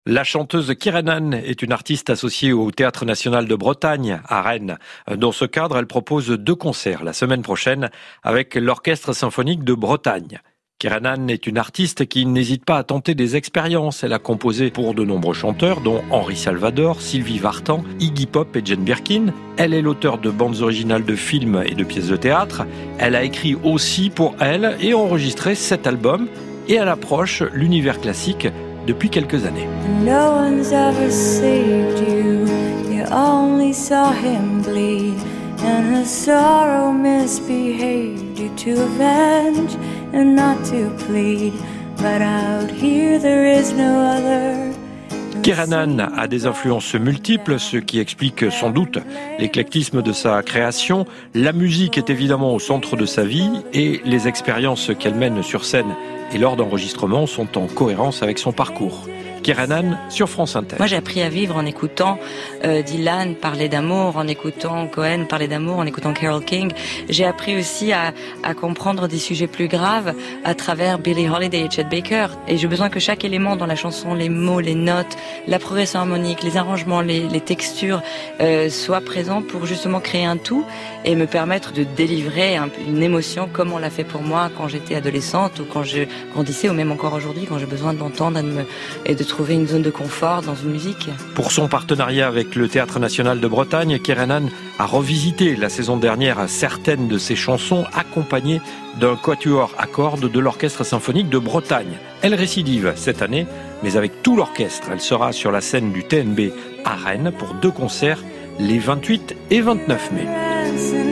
La chanteuse Kieran est une artiste associée au Théâtre National de Bretagne, à Rennes. Dans ce cadre, elle propose 2 concerts la semaine prochaine avec l'Orchestre Symphonique de Bretagne. Kieran est une artiste qui n'hésite pas à tenter des expériences. Elle a composé pour de nombreux chanteurs, dont Henri Salvador, Sylvie Vartan, Iggy Pop et Jane Birkin. Elle est l'auteure de bandes originales de films et de pièces de théâtre. Elle a écrit aussi pour elle et enregistré 7 albums. Et elle approche l'univers classique depuis quelques années. No one's ever saved you, you only saw him bleed, and the sorrow misbehaved you to avenge and not to plead, but out here there is no other. Kieran a des influences multiples, ce qui explique sans doute l'éclectisme de sa création. La musique est évidemment au centre de sa vie et les expériences qu'elle mène sur scène et lors d'enregistrements sont en cohérence avec son parcours. Kieran sur France Inter. Moi, j'ai appris à vivre en écoutant Dylan parler d'amour, en écoutant Cohen parler d'amour, en écoutant Carole King. J'ai appris aussi à comprendre des sujets plus graves à travers Billie Holiday et Chet Baker. Et j'ai besoin que chaque élément dans la chanson, les mots, les notes, la progression harmonique, les arrangements, les textures soient présents pour justement créer un tout et me permettre de délivrer une émotion comme on l'a fait pour moi quand j'étais adolescente ou quand je grandissais ou même encore aujourd'hui quand j'ai besoin d'entendre et de trouver une zone de confort dans une musique. Pour son partenariat avec le Théâtre National de Bretagne, Kieran a revisité la saison dernière certaines de ses chansons accompagnées d'un quatuor à cordes de l'Orchestre Symphonique de Bretagne. Elle récidive cette année, mais avec tout l'orchestre. Elle sera sur la scène du TNB à Rennes pour 2 concerts les 28 et 29 mai.